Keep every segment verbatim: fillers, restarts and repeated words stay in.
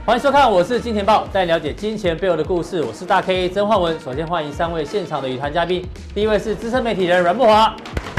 欢迎收看，我是金钱豹，带你了解金钱背后的故事。我是大 K 曾焕文。首先欢迎三位现场的语坛嘉宾，第一位是资深媒体人阮慕骅，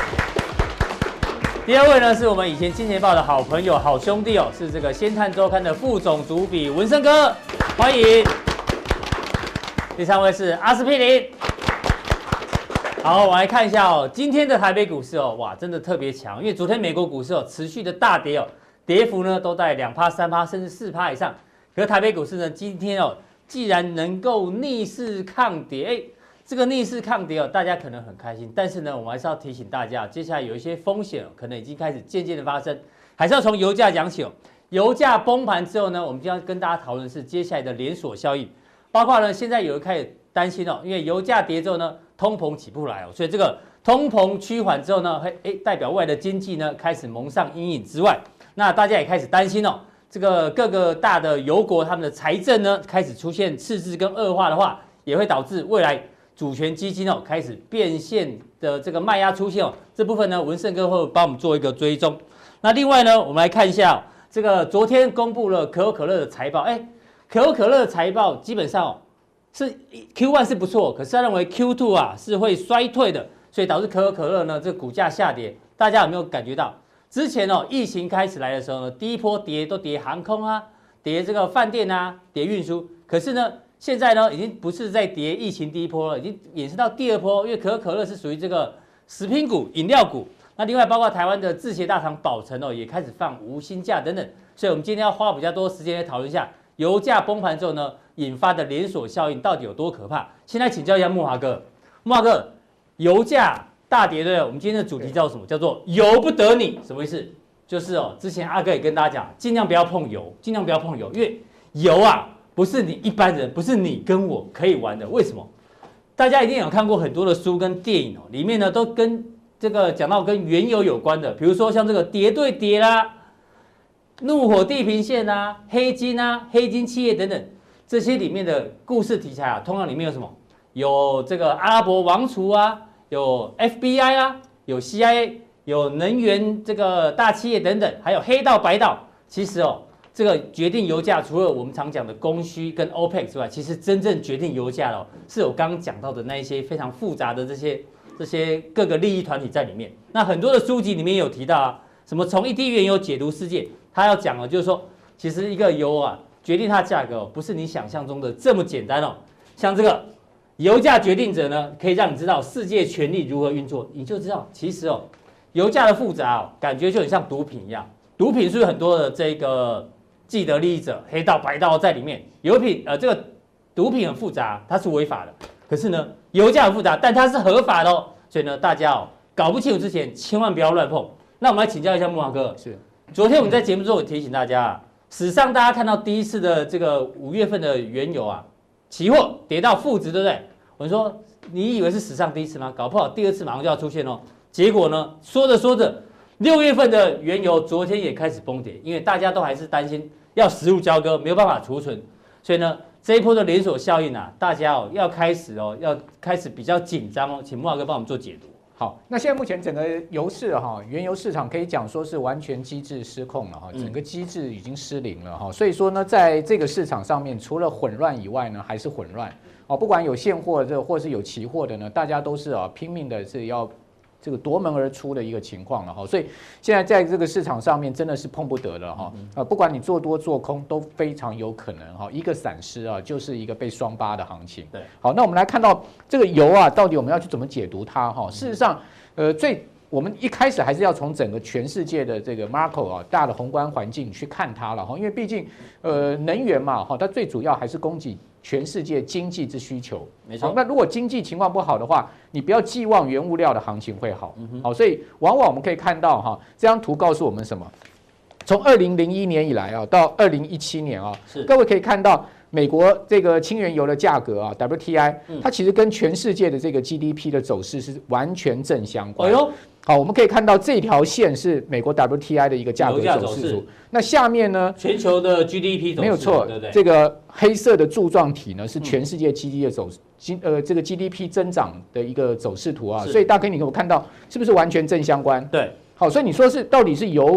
第二位呢是我们以前金钱豹的好朋友、好兄弟哦，是这个《先探周刊》的副总主笔文生哥，欢迎。第三位是阿司匹林。好，我们来看一下哦，今天的台北股市哦，哇，真的特别强，因为昨天美国股市哦持续的大跌哦，跌幅呢都在两趴、三趴甚至四趴以上。可是台北股市呢，今天哦，既然能够逆势抗跌，哎，这个逆势抗跌哦，大家可能很开心，但是呢，我们还是要提醒大家，接下来有一些风险哦，可能已经开始渐渐的发生，还是要从油价讲起哦。油价崩盘之后呢，我们就要跟大家讨论的是接下来的连锁效应，包括呢，现在有人开始担心哦，因为油价跌之后呢，通膨起不来哦，所以这个通膨趋缓之后呢，哎，代表未来的经济呢开始蒙上阴影之外，那大家也开始担心哦。这个各个大的油国，他们的财政呢开始出现赤字跟恶化的话，也会导致未来主权基金哦开始变现的这个卖压出现哦。这部分呢，文胜哥会帮我们做一个追踪。那另外呢，我们来看一下、哦、这个昨天公布了可口可乐的财报，哎，可口可乐的财报基本上哦是 Q 一 是不错，可是他认为 Q 二 啊是会衰退的，所以导致可口可乐呢这个股价下跌。大家有没有感觉到？之前哦，疫情开始来的时候呢，第一波跌都跌航空啊，跌这个饭店啊，跌运输。可是呢，现在呢，已经不是在跌疫情第一波了，已经衍生到第二波，因为可口可乐是属于这个食品股、饮料股。那另外包括台湾的制鞋大厂宝成哦，也开始放无薪假等等。所以我们今天要花比较多时间来讨论一下油价崩盘之后呢，引发的连锁效应到底有多可怕。先来请教一下慕骅哥，慕骅哥，油价大跌对不对？我们今天的主题叫什么？叫做由不得你，什么意思？就是哦，之前阿哥也跟大家讲，尽量不要碰油，尽量不要碰油，因为油啊不是你一般人，不是你跟我可以玩的。为什么？大家一定有看过很多的书跟电影哦，里面呢都跟这个讲到跟原油有关的，比如说像这个谍对谍啦、怒火地平线啊、黑金啊、黑金企业等等，这些里面的故事题材啊，通常里面有什么？有这个阿拉伯王储啊。有 F B I 啊，有 C I A， 有能源这个大企业等等，还有黑道白道。其实哦，这个决定油价，除了我们常讲的供需跟 OPEC 之外，其实真正决定油价的、哦，是我刚刚讲到的那一些非常复杂的这些这些各个利益团体在里面。那很多的书籍里面有提到啊，什么从一滴原油解读世界，他要讲的就是说，其实一个油啊，决定它的价格、哦，不是你想象中的这么简单哦。像这个。油价决定者呢，可以让你知道世界权力如何运作，你就知道其实哦，油价的复杂哦，感觉就很像毒品一样。毒品是不是很多的这个既得利益者、黑道白道在里面？油品呃，这个毒品很复杂，它是违法的。可是呢，油价很复杂，但它是合法的哦。所以呢，大家哦搞不清楚之前，千万不要乱碰。那我们来请教一下慕骅哥，是昨天我们在节目中有提醒大家啊，史上大家看到第一次的这个五月份的原油啊。期货跌到负值，对不对？我说你以为是史上第一次吗？搞不好第二次马上就要出现哦。结果呢，说着说着，六月份的原油昨天也开始崩跌，因为大家都还是担心要食物交割，没有办法储存，所以呢，这一波的连锁效应啊，大家哦要开始哦，要开始比较紧张哦。请慕骅哥帮我们做解读。 好，那现在目前整个油市哈，原油市场可以讲说是完全机制失控了哈，整个机制已经失灵了哈，所以说呢，在这个市场上面，除了混乱以外呢，还是混乱哦，不管有现货的或是有期货的呢，大家都是啊拼命的是要这个夺门而出的一个情况了哈，所以现在在这个市场上面真的是碰不得了哈，啊，不管你做多做空都非常有可能哈，一个闪失啊就是一个被双八的行情。对，好，那我们来看到这个油啊，到底我们要去怎么解读它哈？事实上，呃，最我们一开始还是要从整个全世界的这个 macro 啊大的宏观环境去看它了哈，因为毕竟呃能源嘛哈，它最主要还是供给全世界经济之需求。没错。那如果经济情况不好的话，你不要寄望原物料的行情会好。嗯、好，所以往往我们可以看到哈，这张图告诉我们什么？从二零零一年以来啊，到二零一七年啊，各位可以看到。美国这个轻原油的价格啊 ，W T I， 它其实跟全世界的这个 G D P 的走势是完全正相关。哎呦，好，我们可以看到这条线是美国 W T I 的一个价格走势图。那下面呢， 全球的 G D P 走势， 没有错，对不对？这个黑色的柱状体呢是全世界 G D P 的走，呃，这个 G D P 增长的一个走势图啊。所以大家可以你给我看到是不是完全正相关？ 对。 好，所以你说是到底是油？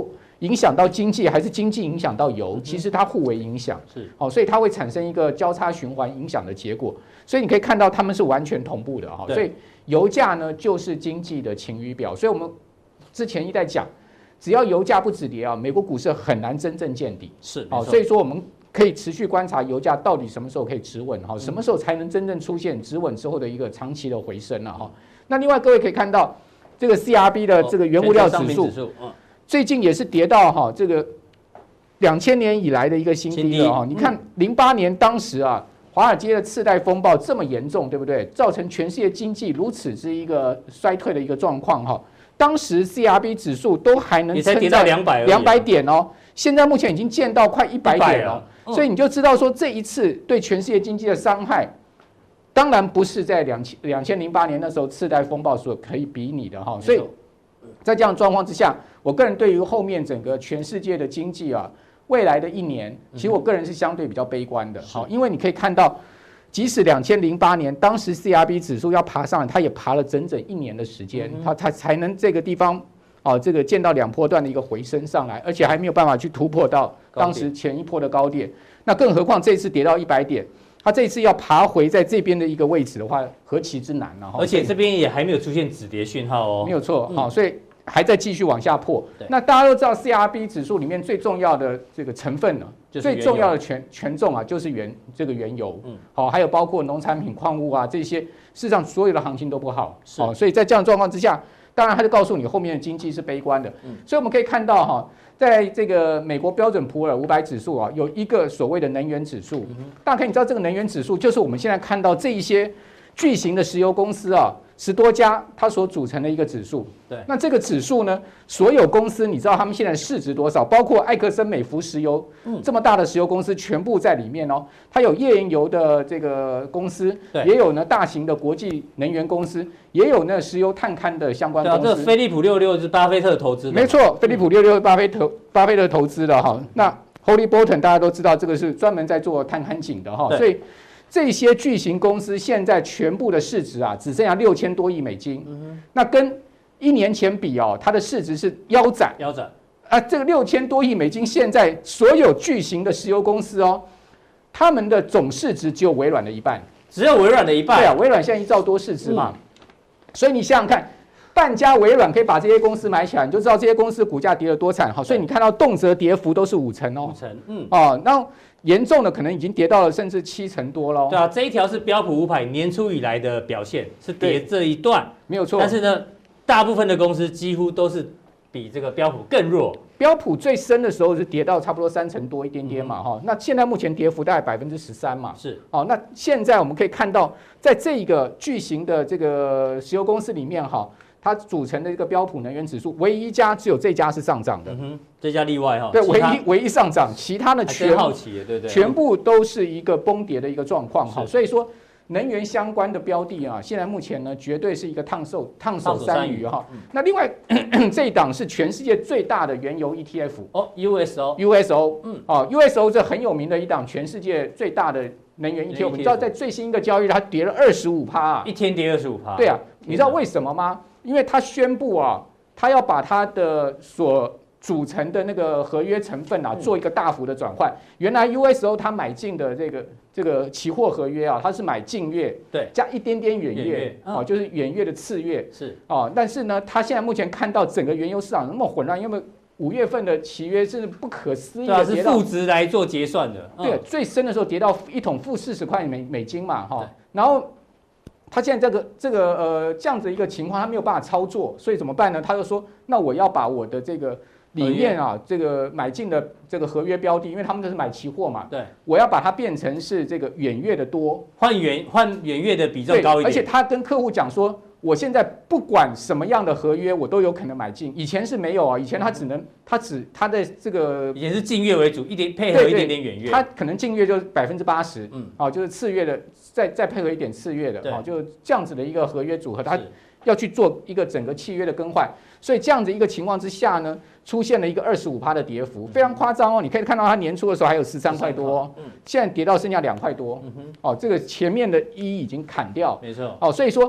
影响到经济，还是经济影响到油？其实它互为影响， 是好，所以它会产生一个交叉循环影响的结果。所以你可以看到它们是完全同步的哈。所以油价呢就是经济的晴雨表。所以我们之前一再讲，只要油价不止跌啊，美国股市很难真正见底。 是， 好，所以说我们可以持续观察油价到底什么时候可以止稳哈，什么时候才能真正出现止稳之后的一个长期的回升了哈。那另外各位可以看到这个 C R B 的这个原物料指数。最近也是跌到哈这个两千年以来的一个新低了哈。你看零八年当时啊，华尔街的次贷风暴这么严重，对不对？造成全世界经济如此之一个衰退的一个状况哈。当时 C R B 指数都还能撑到两百两百点哦，现在目前已经见到快一百点了，所以你就知道说这一次对全世界经济的伤害，当然不是在两千两千零八年那时候次贷风暴所可以比拟的哈。所以在这样的状况之下，我个人对于后面整个全世界的经济啊，未来的一年，其实我个人是相对比较悲观的。好，因为你可以看到，即使两千零八年当时 C R B 指数要爬上来，它也爬了整整一年的时间，它才才能这个地方哦，这个见到两波段的一个回升上来，而且还没有办法去突破到当时前一波的高点。那更何况这次跌到一百点。它这一次要爬回在这边的一个位置的话，何其之难呢、啊？ 而且这边也还没有出现止跌讯号哦， 没有错，好、嗯，所以还在继续往下破。那大家都知道 C R B 指数里面最重要的这个成分呢，最重要的权权重啊，就是原这个原油，嗯，好，还有包括农产品、矿物啊这些，事实上所有的行情都不好，好，所以在这样的状况之下，当然他就告诉你后面的经济是悲观的，嗯，所以我们可以看到哈。在这个美国标准普尔五百指数啊，有一个所谓的能源指数。大家可以知道，这个能源指数就是我们现在看到这一些巨型的石油公司啊，十多家它所组成的一个指数。对，那这个指数呢，所有公司你知道他们现在市值多少？包括埃克森美孚石油，嗯，这么大的石油公司全部在里面哦。它有页岩油的这个公司，也有呢大型的国际能源公司。也有那石油探勘的相关公司， 对啊，这菲利普六六是巴菲特投资的， 没错，菲利普六六是巴菲特巴菲特投资的哈。那 Halliburton 大家都知道，这个是专门在做探勘井的哈，所以这些巨型公司现在全部的市值啊，只剩下六千多亿美金，嗯、那跟一年前比哦，它的市值是腰斩， 腰斩啊，这个六千多亿美金，现在所有巨型的石油公司哦，他们的总市值只有微软的一半， 只有微软的一半， 对啊，微软现在一兆多市值嘛。嗯，所以你想想看，半家微软可以把这些公司买起来，你就知道这些公司股价跌得多惨。好，所以你看到动辄跌幅都是五成哦， 五成，嗯， 哦，那严重的可能已经跌到了甚至七成多喽。 对啊，这一条是标普五百年初以来的表现，是跌这一段， 没有错。 但是呢，大部分的公司几乎都是比这个标普更弱。 标普最深的时候是跌到差不多三成多一点点嘛，哈、嗯。那现在目前跌幅大概百分之十三嘛， 是。 哦，那现在我们可以看到，在这个巨型的这个石油公司里面，哈，它组成的一个标普能源指数，唯一一家只有这家是上涨的， 嗯哼，这家例外哈。 对，唯一唯一上涨，其他的全好奇，对对， 全部都是一个崩跌的一个状况哈。所以说，能源相关的标的啊，现在目前呢，绝对是一个烫手烫手山芋哈。嗯、那另外这一档是全世界最大的原油 E T F 哦 ，U S O U S O， 嗯，哦 U S O 这很有名的一档全世界最大的能源 E T F， 你知道在最新一个交易日它跌了二十五趴啊， 一天跌二十五趴。 对啊，你知道为什么吗？因为它宣布啊，它要把它的所组成的那个合约成分啊，做一个大幅的转换。原来 U S O 它买进的这个这个期货合约啊，它是买近月， 对， 加一点点远月，哦，就是远月的次月， 是哦。但是呢，它现在目前看到整个原油市场那么混乱，因为五月份的契约是不可思议的， 对啊，是负值来做结算的， 对，最深的时候跌到一桶负四十块美美金嘛，哈，然后。他现在这个这个呃这样子一个情况，他没有办法操作，所以怎么办呢？他就说，那我要把我的这个里面啊，这个买进的这个合约标的，因为他们都是买期货嘛，对，我要把它变成是这个远月的多， 换远换远月的比重高一点。 而且他跟客户讲说，我现在不管什么样的合约，我都有可能买进。以前是没有啊，以前他只能他只他的这个以前是近月为主，一点配合一点点远月， 他可能近月就是百分之八十，嗯，哦，就是次月的。再再配合一点次月的，哦，就这样子的一个合约组合，它要去做一个整个契约的更换，所以这样子一个情况之下呢，出现了一个二十五趴的跌幅，非常夸张哦。你可以看到它年初的时候还有十三块多，哦，现在跌到剩下两块多，哦，这个前面的一已经砍掉， 没错， 哦，所以说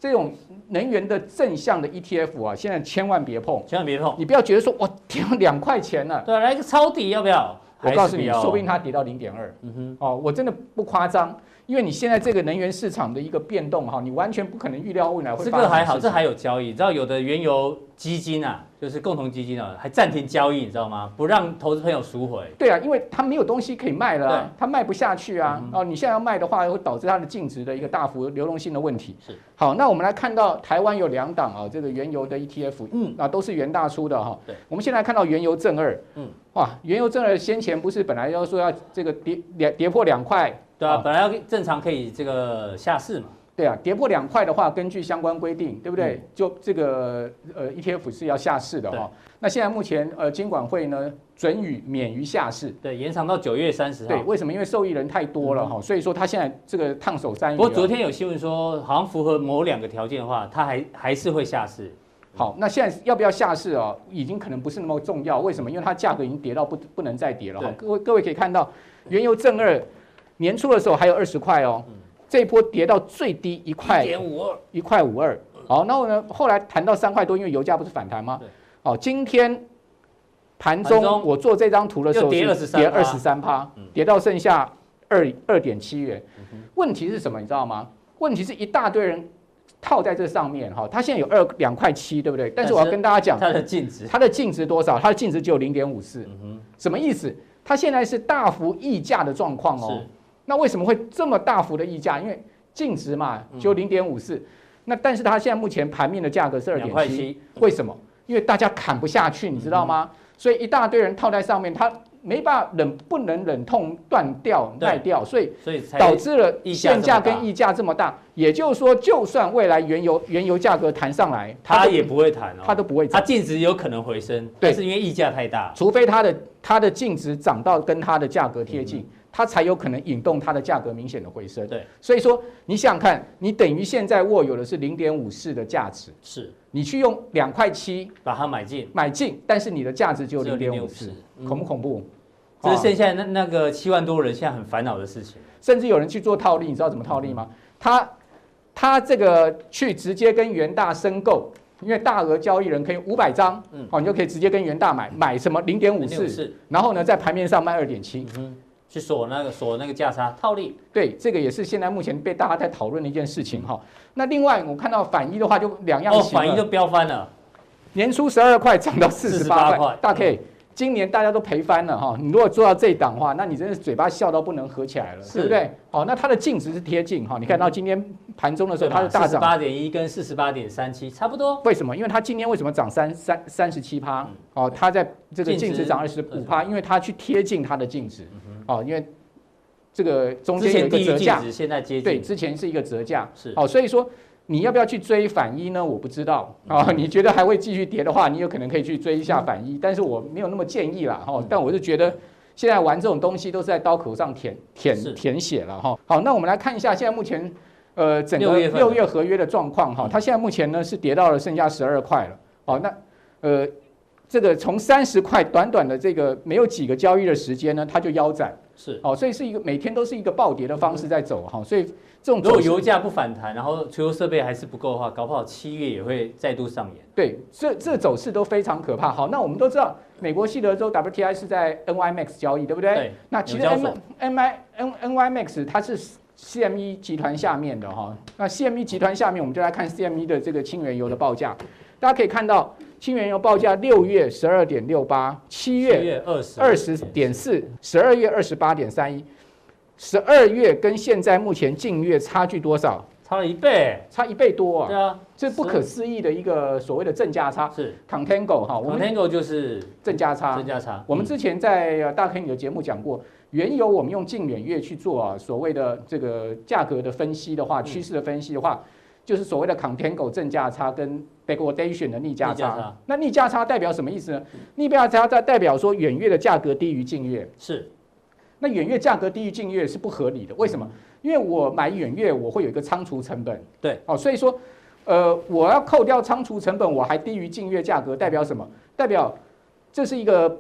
这种能源的正向的 E T F 啊，现在千万别碰， 千万别碰。 你不要觉得说哇跌了两块钱了， 对，来个抄底要不要？ 我告诉你，说不定它跌到零点二。嗯哼，哦，我真的不夸张。因为你现在这个能源市场的一个变动哈，你完全不可能预料未来会发生。 这个还好，这还有交易。你知道有的原油基金啊，就是共同基金啊，还暂停交易，你知道吗？不让投资朋友赎回。 对啊，因为它没有东西可以卖了啊，它卖不下去啊。哦，你现在要卖的话，会导致它的净值的一个大幅流动性的问题。是。好，那我们来看到台湾有两档啊，这个原油的 E T F， 嗯，啊都是元大出的哈。对。我们现在看到原油正二，嗯，哇，原油正二先前不是本来要说要这个跌跌跌破两块。 对啊，本来要正常可以这个下市嘛。 对啊，跌破两块的话，根据相关规定，对不对？嗯、就这个呃 E T F 是要下市的哈、哦。那现在目前呃金管会呢准予免于下市， 对，延长到九月三十号。 对，为什么？因为受益人太多了哈、嗯，所以说他现在这个烫手山芋。 不过昨天有新闻说，好像符合某两个条件的话，他还还是会下市。 好，那现在要不要下市哦？已经可能不是那么重要。为什么？因为它价格已经跌到不不能再跌了哈。各位各位可以看到，原油正二。年初的时候还有二十块哦，这一波跌到最低一块一块五二，好，然后呢，后来谈到三块多，因为油价不是反弹吗？好，今天盘中我做这张图的时候跌二十三趴，跌到剩下二二点七元。问题是什么？你知道吗？问题是一大堆人套在这上面哈，它现在有二两块七，对不对？但是我要跟大家讲， 它的净值， 它的净值多少？它的净值只有零点五四，什么意思？它现在是大幅溢价的状况哦。那为什么会这么大幅的溢价？因为净值嘛，就零点五四，那但是它现在目前盘面的价格是二点七，为什么？因为大家砍不下去，你知道吗？所以一大堆人套在上面，它没办法忍，不能忍痛断掉卖掉，所以所以导致了现价跟溢价这么大。也就是说，就算未来原油原油价格弹上来， 它也不会弹哦， 它都不会涨， 它净值有可能回升，但是因为溢价太大， 除非它的它的净值涨到跟它的价格贴近。嗯，它才有可能引动它的价格明显的回升。对，所以说你想想看，你等于现在握有的是零点五四的价值，是你去用两块七把它买进， 买进，但是你的价值只有零点五四，恐不恐怖？ 这是剩下那那个七万多人现在很烦恼的事情。 甚至有人去做套利，你知道怎么套利吗？他他这个去直接跟元大申购。因为大额交易人可以五百张，嗯，好，你就可以直接跟元大买买什么零点五四，然后呢，在盘面上卖二点七， 嗯，去锁那个锁那个价差套利。 对，这个也是现在目前被大家在讨论的一件事情哈。那另外我看到反一的话就两样情，哦，反一就飙翻了， 年初十二块涨到四十八块，大 K。今年大家都赔翻了哈，你如果做到这一档的话，那你真的是嘴巴笑到不能合起来了，对不对？好，那它的净值是贴近哈，你看到今天盘中的时候，它是大涨八点一跟四十八点三七差不多。 为什么？因为它今天为什么涨三三三十七趴？哦，它在这个净值涨二十五趴，因为它去贴近它的净值，哦，因为这个中间有一个折价， 现在接近， 对，之前是一个折价，是，好，所以说。你要不要去追反一呢？我不知道啊、哦。你觉得还会继续跌的话，你有可能可以去追一下反一，但是我没有那么建议啦哈、哦。但我是觉得现在玩这种东西都是在刀口上舔舔舔血了哈、哦。好，那我们来看一下现在目前呃整个六月合约的状况哈。它现在目前呢是跌到了剩下十二块了。好，那呃这个从三十块短短的这个没有几个交易的时间呢，它就腰斩。是，哦，所以是一个每天都是一个暴跌的方式在走哈、哦，所以。这种如果油价不反弹，然后储油设备还是不够的话，搞不好七月也会再度上演。 对，这这走势都非常可怕。好，那我们都知道，美国西德州 W T I 是在 N Y M E X 交易，对不对？对。那其实 N N I N N Y M E X 它是 C M E 集团下面的哈。那 C M E 集团下面，我们就来看 C M E 的这个轻原油的报价。大家可以看到，轻原油报价六月十二点六八，七月二十点四，十二月二十八点三一。十二月跟现在目前近月差距多少？ 差了一倍， 差一倍多啊！ 对啊， 这不可思议的一个所谓的正价差。是 Contango 哈 ，Contango 就是正价差。 正价差。 我们之前在大 K 你的节目讲过，原油我们用近远月去做啊，所谓的这个价格的分析的话，趋势的分析的话，就是所谓的 Contango 正价差跟 Backwardation 的逆价差。那逆价差代表什么意思呢？逆价差代表说远月的价格低于近月。是。那远月价格低于近月是不合理的，为什么？因为我买远月，我会有一个仓储成本，对，哦，所以说，呃，我要扣掉仓储成本，我还低于近月价格，代表什么？代表这是一个不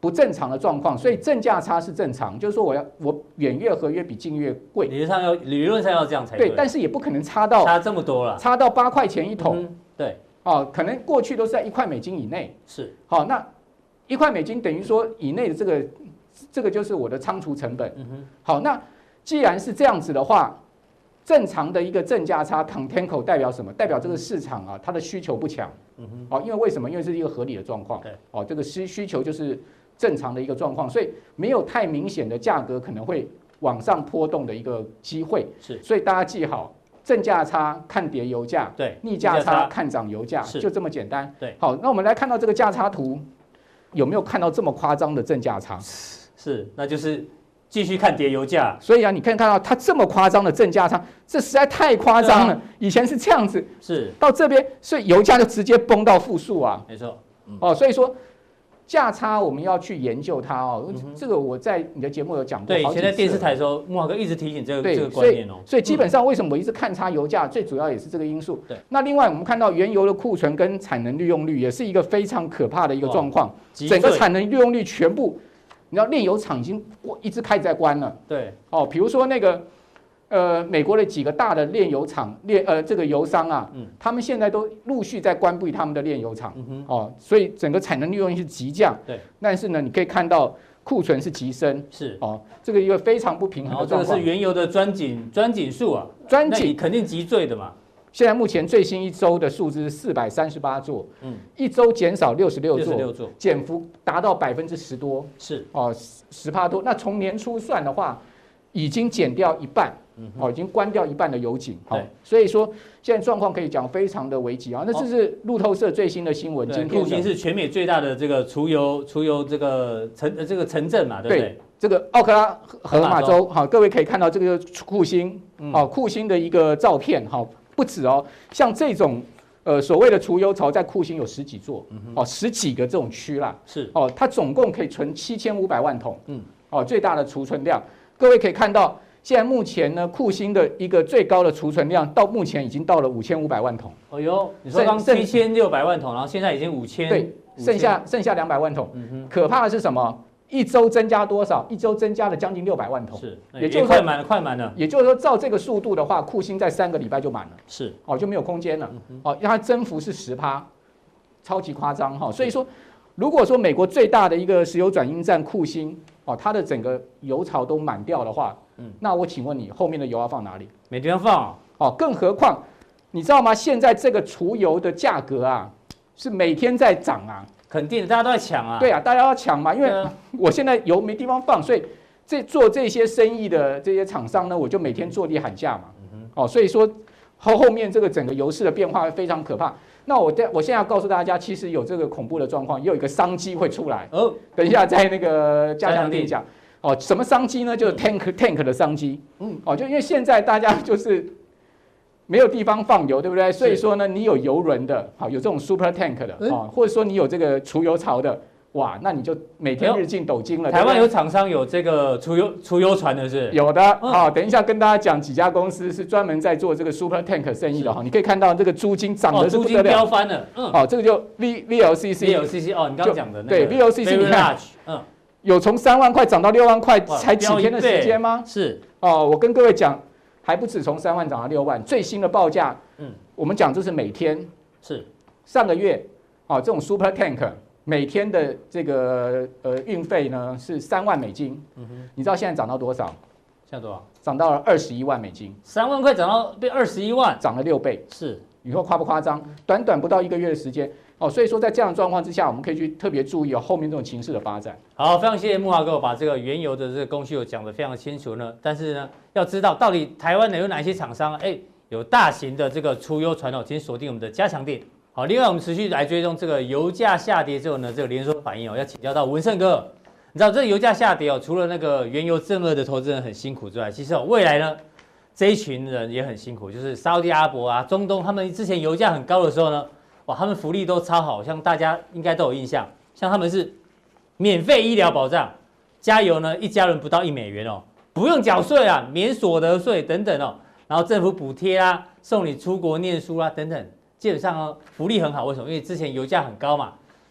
不正常的状况，所以正价差是正常，就是说我要我远月合约比近月贵， 理论上要理论上要这样才对， 对，但是也不可能差到差这么多了， 差到八块钱一桶， 嗯、对， 哦，可能过去都是在一块美金以内， 是， 好、哦，那一块美金等于说以内的这个这个就是我的仓储成本，嗯哼，好，那既然是这样子的话。正常的一个正价差 contango 代表什么？代表这个市场啊，它的需求不强。嗯哼，哦，因为为什么？因为是一个合理的状况。对，哦，这个需需求就是正常的一个状况，所以没有太明显的价格可能会往上波动的一个机会。是，所以大家记好，正价差看跌油价，对，逆价差看涨油价，就这么简单。对，好，那我们来看到这个价差图，有没有看到这么夸张的正价差？ 是，那就是。继续看跌油价， 所以啊，你可以看到它这么夸张的正价差，这实在太夸张了。啊、以前是这样子，是到这边，所以油价就直接崩到负数啊。 没错， 嗯、哦，所以说价差我们要去研究它哦。嗯、这个我在你的节目有讲过好几次。 对，以前在电视台的时候，木华哥一直提醒这个这个观念哦。 所以基本上为什么我一直看差油价，最主要也是这个因素。对。那另外我们看到原油的库存跟产能利用率也是一个非常可怕的一个状况，整个产能利用率全部。你知道炼油厂已经一直开始在关了，对，哦，比如说那个，呃，美国的几个大的炼油厂炼呃这个油商啊，嗯，他们现在都陆续在关闭他们的炼油厂，嗯哼，哦，所以整个产能利用率是急降，对，但是呢，你可以看到库存是急升，是，哦，这个一个非常不平衡的状况。 这个是原油的钻井钻井数啊，钻井肯定急坠的嘛。 现在目前最新一周的数字是四百三十八座，嗯，一周减少六十六座，减幅达到百分之十多，是哦，十帕多。那从年初算的话，已经减掉一半，嗯，哦，已经关掉一半的油井，好，所以说现在状况可以讲非常的危急啊。那这是路透社最新的新闻，今天库欣是全美最大的这个除油除油这个城这个城镇嘛，对不对？ 这个奥克拉荷马州，好，各位可以看到这个库欣，好，库欣的一个照片，好。不止哦，像这种呃所谓的除油槽，在库欣有十几座，嗯、哦，十几个这种区啦，是哦，它总共可以存七千五百万桶，嗯，哦，最大的储存量，各位可以看到，现在目前呢，库欣的一个最高的储存量到目前已经到了五千五百万桶。 哦哟，你说刚七千六百万桶，然后现在已经五千， 对，剩下剩下两百万桶。嗯哼，可怕的是什么？一周增加多少？一周增加了将近六百万桶， 是，也就是说快满了，快满了。 也就是说，照这个速度的话，库欣在三个礼拜就满了， 是， 哦，就没有空间了，哦，让它增幅是十趴，超级夸张哈。所以说，如果说美国最大的一个石油转运站库欣，哦，它的整个油槽都满掉的话，嗯，那我请问你，后面的油要放哪里？ 没地方放， 哦，更何况，你知道吗？现在这个除油的价格啊，是每天在涨啊。 肯定的，大家都在抢啊！ 对啊，大家要抢嘛，因为我现在油没地方放，所以这做这些生意的这些厂商呢，我就每天坐地喊价嘛。嗯、哦，所以说后后面这个整个油市的变化非常可怕。那我在我现在要告诉大家，其实有这个恐怖的状况，也有一个商机会出来。哦，等一下在那个加强店讲。哦，什么商机呢？就是 tank tank 的商机。嗯，哦，就因为现在大家就是没有地方放油，对不对？所以说呢，你有油轮的，好，有这种 super tank 的，啊，或者说你有这个除油槽的，哇，那你就每天日进斗金了。 台湾有厂商有这个除油除油船的是？ 有的，好，等一下跟大家讲几家公司是专门在做这个 super tank 生意的哈。你可以看到这个租金涨得是不得了， 租金飙翻了。嗯， 好，这个就 V V L C C V L C C 哦，你刚刚讲的那个对 V L C C 你看，嗯，有从三万块涨到六万块，才几天的时间吗？ 是哦，我跟各位讲。还不止从三万涨到六万，最新的报价，嗯，我们讲就是每天是上个月，哦，这种 super tank 每天的这个呃运费呢是三万美金，嗯哼，你知道现在涨到多少？ 现在多少？ 涨到了二十一万美金， 三万块涨到变二十一万， 涨了六倍， 是， 你说夸不夸张？短短不到一个月的时间。哦，所以说在这样的状况之下，我们可以去特别注意哦后面这种情势的发展。 好，非常谢谢木华哥把这个原油的这个供需有讲得非常清楚呢。但是呢，要知道到底台湾呢有哪些厂商，哎，有大型的这个除油船哦，请锁定我们的加强店。好，另外我们持续来追踪这个油价下跌之后呢，这个连锁反应哦，要请教到文胜哥。你知道这个油价下跌哦，除了那个原油正二的投资人很辛苦之外，其实哦未来呢这一群人也很辛苦，就是沙特阿拉伯啊、中东，他们之前油价很高的时候呢。哇，他们福利都超好，像大家应该都有印象，像他们是免费医疗保障，加油呢一加仑不到一美元哦，不用缴税啊，免所得税等等哦，然后政府补贴啊，送你出国念书啊等等，基本上哦福利很好。为什么？因为之前油价很高嘛，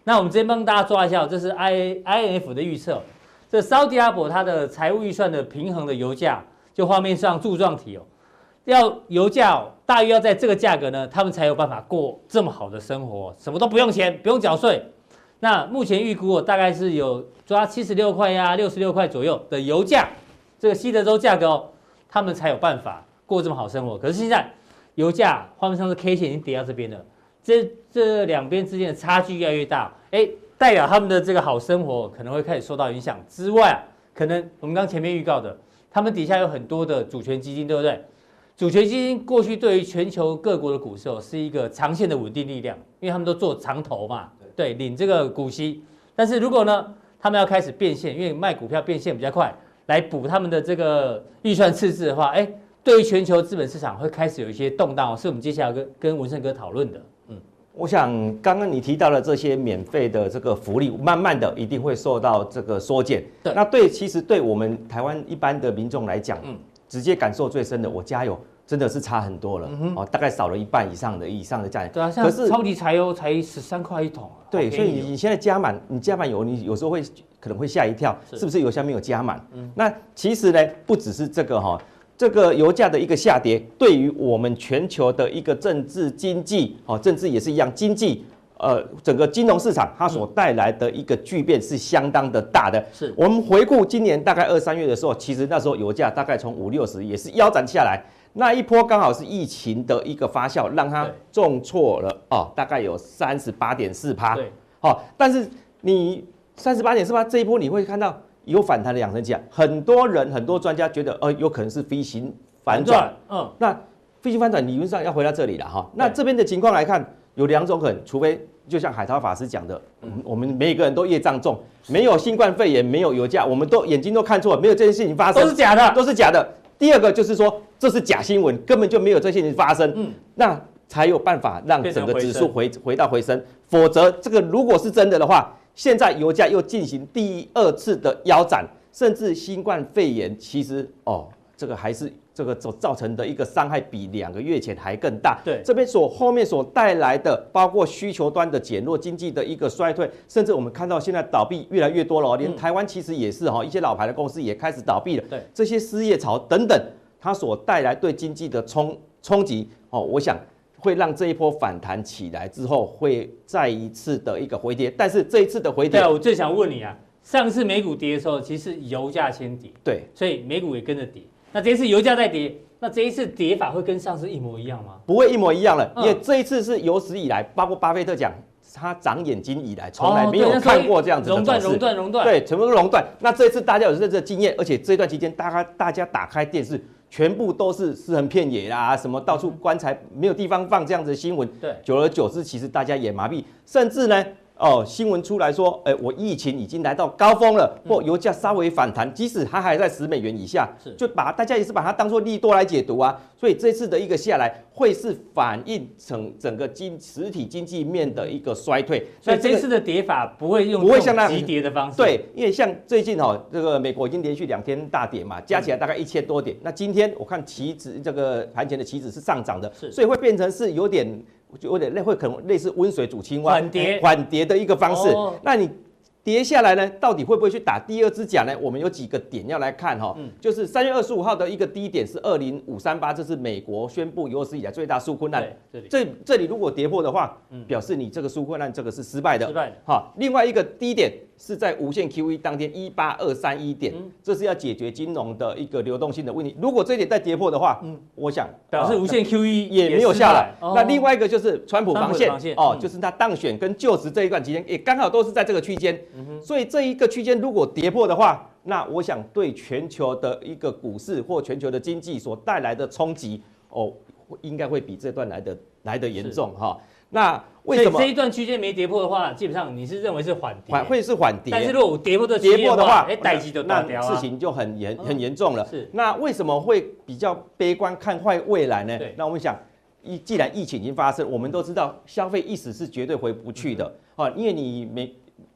那我们这边帮大家抓一下，这是 I I N F 的预测，这沙特阿拉伯它的财务预算的平衡的油价，就画面上柱状体哦，要油价、哦、大约要在这个价格呢，他们才有办法过这么好的生活，什么都不用钱，不用缴税。那目前预估哦，大概是有抓七十六块呀、六十六块左右的油价，这个西德州价格哦，他们才有办法过这么好生活。可是现在油价画面上是 K 线已经跌到这边了，这这两边之间的差距越来越大，哎，代表他们的这个好生活可能会开始受到影响。之外啊，可能我们刚前面预告的，他们底下有很多的主权基金，对不对？主权基金过去对于全球各国的股市哦，是一个长线的稳定力量，因为他们都做长投嘛，对，领这个股息。但是如果呢，他们要开始变现，因为卖股票变现比较快，来补他们的这个预算赤字的话，哎，对于全球资本市场会开始有一些动荡哦，是我们接下来跟跟文胜哥讨论的。嗯， 我想刚刚你提到的这些免费的这个福利，慢慢的一定会受到这个缩减。 对， 那对，其实对我们台湾一般的民众来讲，嗯，直接感受最深的，我加油真的是差很多了，嗯、哦，大概少了一半以上的以上的价钱。 对啊，像超级柴油才十三块一桶啊。 对，所以你你现在加满，你加满油，你有时候会可能会吓一跳，是, 是不是油箱没有加满？嗯，那其实呢，不只是这个哈、哦，这个油价的一个下跌，对于我们全球的一个政治经济，哦，政治也是一样，经济。呃，整个金融市场它所带来的一个巨变是相当的大的。 是我们回顾今年大概二三月的时候，其实那时候油价大概从五六十也是腰斩下来，那一波刚好是疫情的一个发酵，让它重挫了哦，大概有三十八点四趴。 对， 好，但是你三十八点四趴这一波你会看到有反弹的养成期啊，很多人很多专家觉得呃有可能是飞行反转，嗯，那飞行反转理论上要回到这里了哈。那这边的情况来看。有两种可能，除非就像海涛法师讲的，嗯，我们每个人都业障重，没有新冠肺炎，没有油价，我们都眼睛都看错了，没有这件事情发生， 都是假的， 都是假的。第二个就是说，这是假新闻，根本就没有这些事情发生，嗯，那才有办法让整个指数回回到回升，否则这个如果是真的的话，现在油价又进行第二次的腰斩，甚至新冠肺炎，其实哦，这个还是。这个所造成的一个伤害比两个月前还更大。 对， 这边所后面所带来的，包括需求端的减弱、经济的一个衰退，甚至我们看到现在倒闭越来越多了哦，连台湾其实也是哈，一些老牌的公司也开始倒闭了。 对， 这些失业潮等等，它所带来对经济的冲冲击哦，我想会让这一波反弹起来之后，会再一次的一个回跌。但是这一次的回跌， 对啊，我最想问你啊，上次美股跌的时候，其实油价先跌， 对， 所以美股也跟着跌。那这一次油价在跌，那这一次跌法会跟上次一模一样吗？ 不会一模一样了，因为这一次是有史以来，包括巴菲特讲，他长眼睛以来从来没有看过这样子的熔断、熔断、熔断， 对，全部都熔断。那这一次大家有这个经验，而且这段期间，大家大家打开电视，全部都是尸横遍野啦，什么到处棺材没有地方放这样子的新闻。 对， 久而久之，其实大家也麻痹，甚至呢。哦，新闻出来说，哎、欸，我疫情已经来到高峰了，或油价稍微反弹，即使它还在十美元以下，就把大家也是把它当作利多来解读啊。所以这次的一个下来，会是反映整整个经实体经济面的一个衰退。 所以这次的跌法不会用不会像那急跌的方式， 对，因为像最近哈、哦，这个美国已经连续两天大跌嘛，加起来大概一千多点。那今天我看期指这个盘前的期指是上涨的，所以会变成是有点。就有点类会可能类似温水煮青蛙， 缓跌缓跌的一个方式。 哦、 那你跌下来呢，到底会不会去打第二支甲呢？我们有几个点要来看哈、哦，嗯、就是三月二十五号的一个低点是二零五三八，这是美国宣布有史以来最大纾困案。 这里这这里如果跌破的话，嗯、表示你这个纾困案这个是失败的。 失败的。 好，另外一个低点是在无限 Q E 当天一八二三一点，嗯、这是要解决金融的一个流动性的问题。如果这一点再跌破的话，嗯、我想表示无限 Q E 也没有下来。 哦、 那另外一个就是川普防线哦， 嗯、 就是他当选跟就职这一段期间，也刚好都是在这个区间，嗯、所以这一个区间如果跌破的话，那我想对全球的一个股市或全球的经济所带来的冲击哦，应该会比这段来的来的严重哈。那为什么这一段区间没跌破的话，基本上你是认为是缓跌， 会是缓跌。 但是如果跌破的跌破的话， 哎，代际就大掉啊， 事情就很严很严重了。 是。 那为什么会比较悲观看坏未来呢？那我们想，疫既然疫情已经发生，我们都知道消费意识是绝对回不去的啊，因为你没。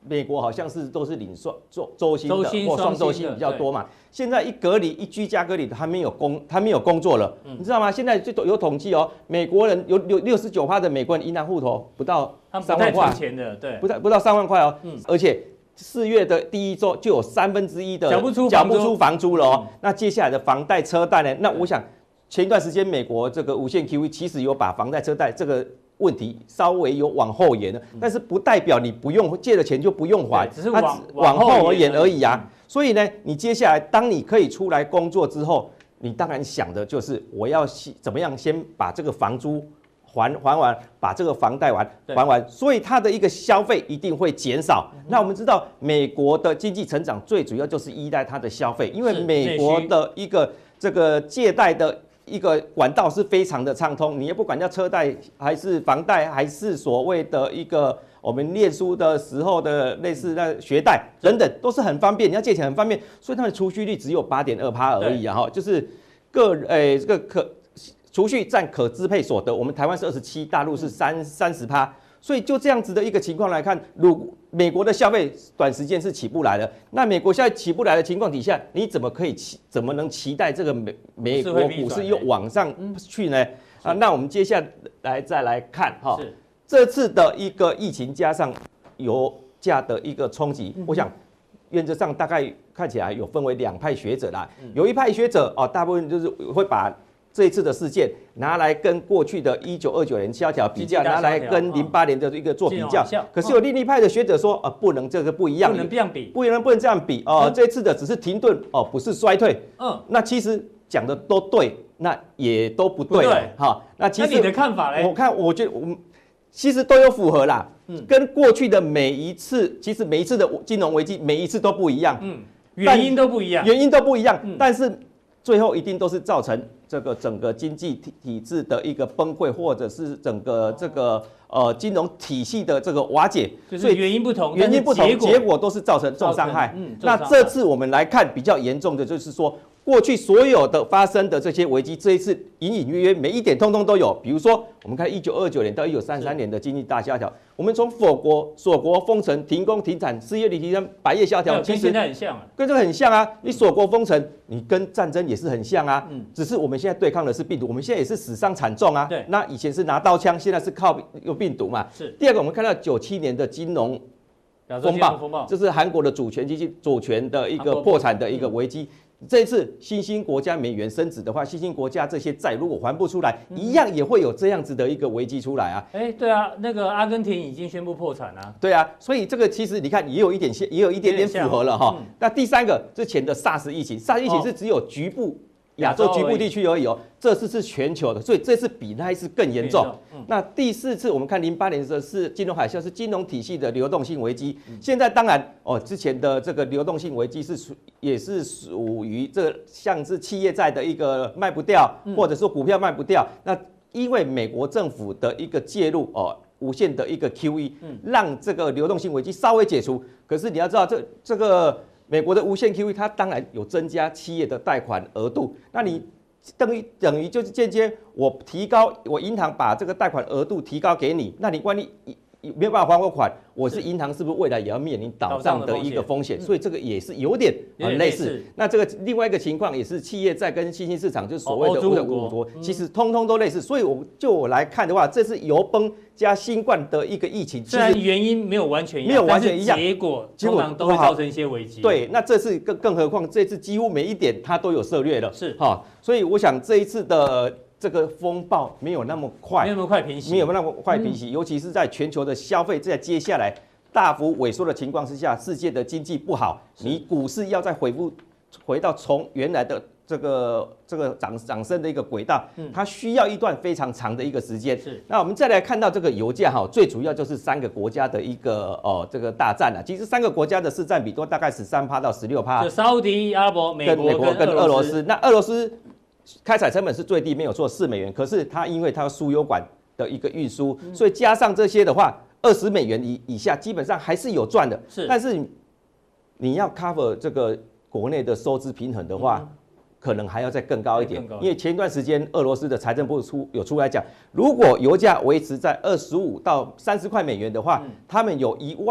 美国好像是都是领双周周薪的或双周薪比较多嘛。现在一隔离一居家隔离，他没有工，他没有工作了，嗯、你知道吗？现在就有统计哦，美国人有有六十九趴的美国人银行户头不到三万块钱的，对， 不到不到三万块哦，嗯、而且四月的第一周就有三分之一的缴不出缴不出房租了哦。嗯、那接下来的房贷车贷呢？那我想前一段时间美国这个无限 Q E 其实有把房贷车贷这个问题稍微有往后延了，但是不代表你不用借了钱就不用还， 只是往往后而延而已啊。所以呢，你接下来当你可以出来工作之后，你当然想的就是我要怎么样先把这个房租还还完，把这个房贷完还完，所以它的一个消费一定会减少。嗯、那我们知道，美国的经济成长最主要就是依赖它的消费，因为美国的一个这个借贷的一个管道是非常的畅通，你也不管叫车贷还是房贷，还是所谓的一个我们念书的时候的类似那学贷等等，都是很方便，你要借钱很方便，所以它的储蓄率只有八点二趴而已啊，哈，就是个诶、欸、这个可储蓄占可支配所得，我们台湾是二十七，大陆是三三十趴。所以就这样子的一个情况来看，如美国的消费短时间是起不来的，那美国现在起不来的情况底下，你怎么可以期怎么能期待这个美美国股市又往上去呢？啊，那我们接下来再来看哈，这次的一个疫情加上油价的一个冲击，我想原则上大概看起来有分为两派学者啦，有一派学者哦，大部分就是会把这一次的事件拿来跟过去的一九二九年萧条比较，拿来跟零八年的一个做比较。可是有另一派的学者说，啊，不能这个不一样， 不能这样比， 不能不能这样比哦。嗯、这次的只是停顿哦，不是衰退。嗯，那其实讲的都对，那也都不对。哈，那其实你的看法嘞？ 我看，我觉得我们其实都有符合啦。嗯，跟过去的每一次，其实每一次的金融危机，每一次都不一样。嗯， 原因都不一样， 原因都不一样，嗯、但是最后一定都是造成这个整个经济体体制的一个崩溃，或者是整个这个呃金融体系的这个瓦解， 就是原因不同， 原因不同，结果都是造成重伤害。嗯，那这次我们来看比较严重的就是说，过去所有的发生的这些危机，这一次隐隐约约每一点通通都有。比如说，我们看一九二九年到一九三三年的经济大萧条，我们从锁国、锁国封城、停工停产、失业率提升、百业萧条， 其实跟现在很像啊， 跟这个很像啊。你锁国封城，你跟战争也是很像啊。嗯，只是我们现在对抗的是病毒，我们现在也是死伤惨重啊。 对， 那以前是拿刀枪，现在是靠有病毒嘛。 是。 第二个，我们看到九七年的金融风暴，这是韩国的主权基金主权的一个破产的一个危机。这一次新兴国家美元升值的话，新兴国家这些债如果还不出来，一样也会有这样子的一个危机出来啊。 哎，对啊，那个阿根廷已经宣布破产了。 对啊，所以这个其实你看也有一点也有一点点符合了哈。那第三个之前的 SARS 疫情 ，SARS 疫情是只有局部亚洲局部地区而已哦，这次是全球的，所以这次比那一次更严重。那第四次我们看零八年的时候是金融海啸，是金融体系的流动性危机。现在当然哦，之前的这个流动性危机是属也是属于这像是企业债的一个卖不掉，或者说股票卖不掉。那因为美国政府的一个介入哦，无限的一个 Q E， 让这个流动性危机稍微解除。可是你要知道这这个美国的无限 Q E， 它当然有增加企业的贷款额度，那你等于等于就是间接我提高，我银行把这个贷款额度提高给你，那你万一没有办法还我款，我是银行是不是未来也要面临倒账的一个风险？所以这个也是有点很类似。那这个另外一个情况也是企业债跟新兴市场，就是所谓的欧洲五国，其实通通都类似。所以我就我来看的话，这是油崩加新冠的一个疫情， 虽然原因没有完全一样， 没有完全一样， 结果通常都会造成一些危机。 对，那这次更更何况这次几乎每一点它都有涉略了， 是哈。所以我想这一次的这个风暴没有那么快， 没有那么快平息， 没有那么快平息，嗯、尤其是在全球的消费在接下来大幅萎缩的情况之下，世界的经济不好，你股市要再恢复回到从原来的这个这个涨涨升的一个轨道，嗯、它需要一段非常长的一个时间。是，那我们再来看到这个油价哈，最主要就是三个国家的一个哦这个大战啊，其实三个国家的市占比都大概十三趴到十六趴， 就沙地、阿拉伯、美国跟跟俄罗斯，那俄罗斯开采成本是最低，没有错，四美元。可是它因为它有输油管的一个运输，嗯、所以加上这些的话，二十美元以以下基本上还是有赚的。是，但是你要 cover 这个国内的收支平衡的话，嗯、可能还要再更高一点。因为前一段时间俄罗斯的财政部出有出来讲，如果油价维持在二十五到三十块美元的话，嗯、他们有一万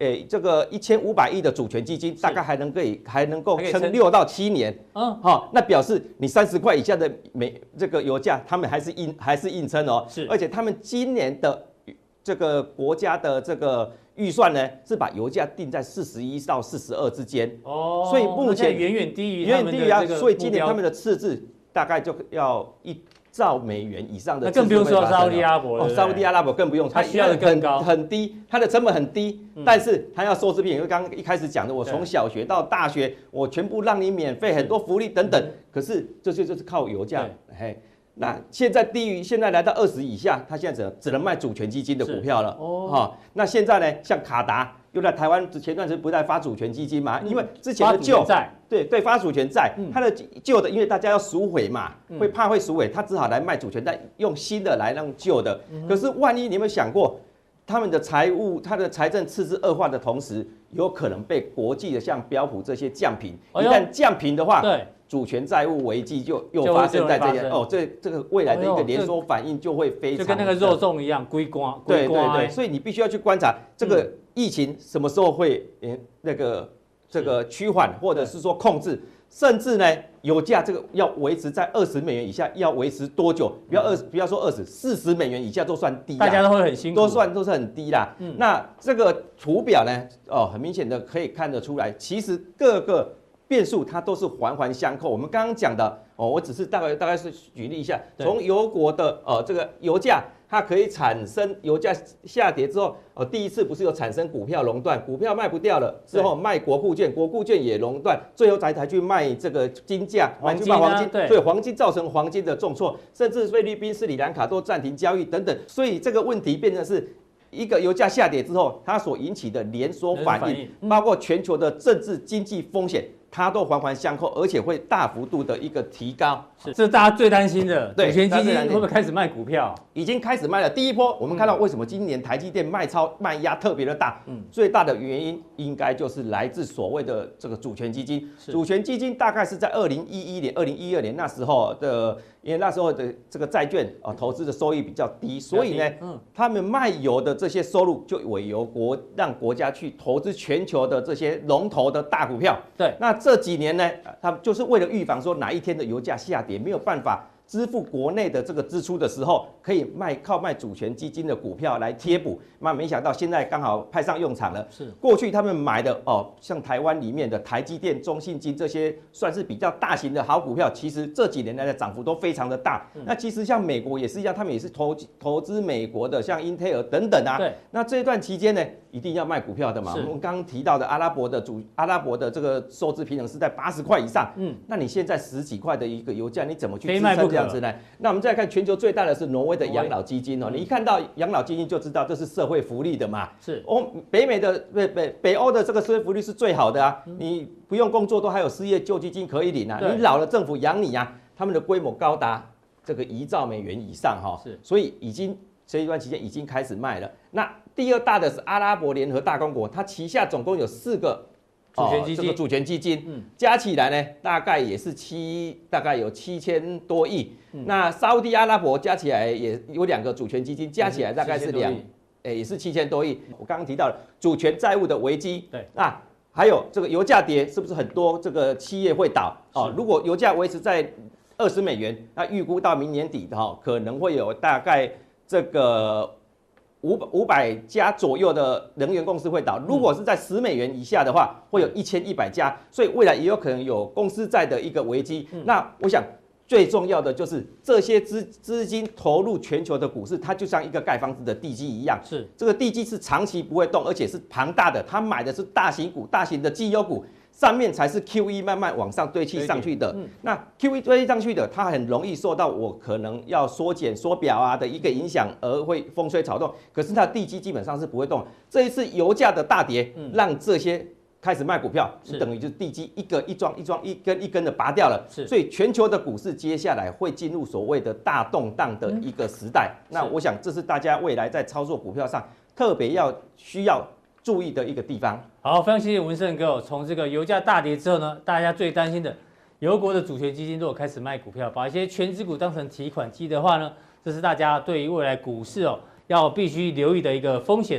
诶，这个一千五百亿的主权基金，大概还能够还能够撑六到七年。嗯，好，那表示你三十块以下的美这个油价，他们还是硬还是硬撑哦。是，而且他们今年的这个国家的这个预算呢，是把油价定在四十一到四十二之间。哦，所以目前远远低于远远低于啊，所以今年他们的赤字大概就要一兆美元以上的， 那更不用说沙烏地阿拉伯了。 哦，沙烏地阿拉伯更不用， 它需要的更高， 很低，它的成本很低，嗯、但是它要收支平衡。因为刚刚一开始讲的，我从小学到大学，我全部让你免费，很多福利等等。嗯、可是这些就是靠油价，嘿。那现在低于现在来到二十以下，它现在只只能卖主权基金的股票了。哦，好，那现在呢，像卡达又在台湾前段时间不在发主权基金嘛？嗯、因为之前的旧债， 对对，发主权债，嗯、它的旧的，因为大家要赎回嘛，嗯、会怕会赎回，他只好来卖主权债，用新的来让旧的。嗯、可是万一你有没有想过，他们的财务、他的财政赤字恶化的同时，有可能被国际的像标普这些降评，一旦降评的话，对。主权债务危机就又发生在这些哦，这这个未来的一个连锁反应就会非常， 就跟那个肉粽一样，龟瓜， 对对对，所以你必须要去观察这个疫情什么时候会嗯那个这个趋缓，或者是说控制，甚至呢油价这个要维持在二十美元以下，要维持多久？不要二不要说二十，四十美元以下都算低， 大家都会很辛苦， 都算都是很低啦。嗯，那这个图表呢，哦，很明显的可以看得出来，其实各个变数它都是环环相扣。我们刚刚讲的哦，我只是大概大概是举例一下，从油国的呃这个油价，它可以产生油价下跌之后，呃第一次不是有产生股票垄断，股票卖不掉了之后卖国库券，国库券也垄断，最后才才去卖这个金价， 黄金、啊、 黄金，所以黄金造成黄金的重挫，甚至菲律宾、斯里兰卡都暂停交易等等，所以这个问题变成是。一个油价下跌之后，它所引起的连锁反应，嗯、包括全球的政治经济风险，它都环环相扣，而且会大幅度的一个提高。 是，这是大家最担心的。对，主权基金会不会开始卖股票？ 已经开始卖了。第一波，我们看到为什么今年台积电卖超卖压特别的大？嗯，最大的原因应该就是来自所谓的这个主权基金。主权基金大概是在二零一一年、二零一二年那时候的。因为那时候的这个债券啊，投资的收益比较低，所以呢，嗯，他们卖油的这些收入就委由国让国家去投资全球的这些龙头的大股票。对，那这几年呢，他就是为了预防说哪一天的油价下跌没有办法支付国内的这个支出的时候，可以卖靠卖主权基金的股票来贴补。那没想到现在刚好派上用场了。是，过去他们买的哦，像台湾里面的台积电、中信金这些算是比较大型的好股票，其实这几年来的涨幅都非常的大。嗯、那其实像美国也是一样，他们也是投投资美国的，像英特尔等等啊。对。那这一段期间呢，一定要卖股票的嘛。我们刚刚提到的阿拉伯的主阿拉伯的这个收支平衡是在八十块以上。嗯。那你现在十几块的一个油价，你怎么去支撑这样子呢？那我们再来看全球最大的是挪威的养老基金哦，你一看到养老基金就知道这是社会福利的嘛。是。欧北美的北北北欧的这个社会福利是最好的啊，你不用工作都还有失业救济金可以领啊，你老了政府养你啊，他们的规模高达这个一兆美元以上哈。是。所以已经这一段期间已经开始卖了。那第二大的是阿拉伯联合大公国，它旗下总共有四个。 主权基金， 哦、这个主权基金，嗯，加起来呢，大概也是七，大概有七千多亿。嗯、那沙烏地阿拉伯加起来也有两个主权基金，加起来大概是两，诶，也是七千多亿。我刚刚提到了主权债务的危机，对，那还有这个油价跌，是不是很多这个企业会倒？哦，如果油价维持在二十美元，那预估到明年底的哈，可能会有大概这个。五五百家左右的能源公司会倒，如果是在十美元以下的话，会有一千一百家，所以未来也有可能有公司债的一个危机。嗯、那我想最重要的就是这些资资金投入全球的股市，它就像一个盖房子的地基一样，是这个地基是长期不会动，而且是庞大的，它买的是大型股、大型的绩优股。上面才是 Q E 慢慢往上堆砌上去的，嗯、那 Q E 堆砌上去的，它很容易受到我可能要缩减缩表啊的一个影响，而会风吹草动。可是它的地基基本上是不会动。这一次油价的大跌，嗯、让这些开始卖股票，等于就是地基一个一桩一桩一根一根的拔掉了。所以全球的股市接下来会进入所谓的大动荡的一个时代。嗯、那我想这是大家未来在操作股票上特别要需要注意的一个地方。 好，非常谢谢文胜哥。从这个油价大跌之后呢，大家最担心的油国的主权基金如果开始卖股票，把一些全指股当成提款机的话呢，这是大家对于未来股市哦要必须留意的一个风险哦。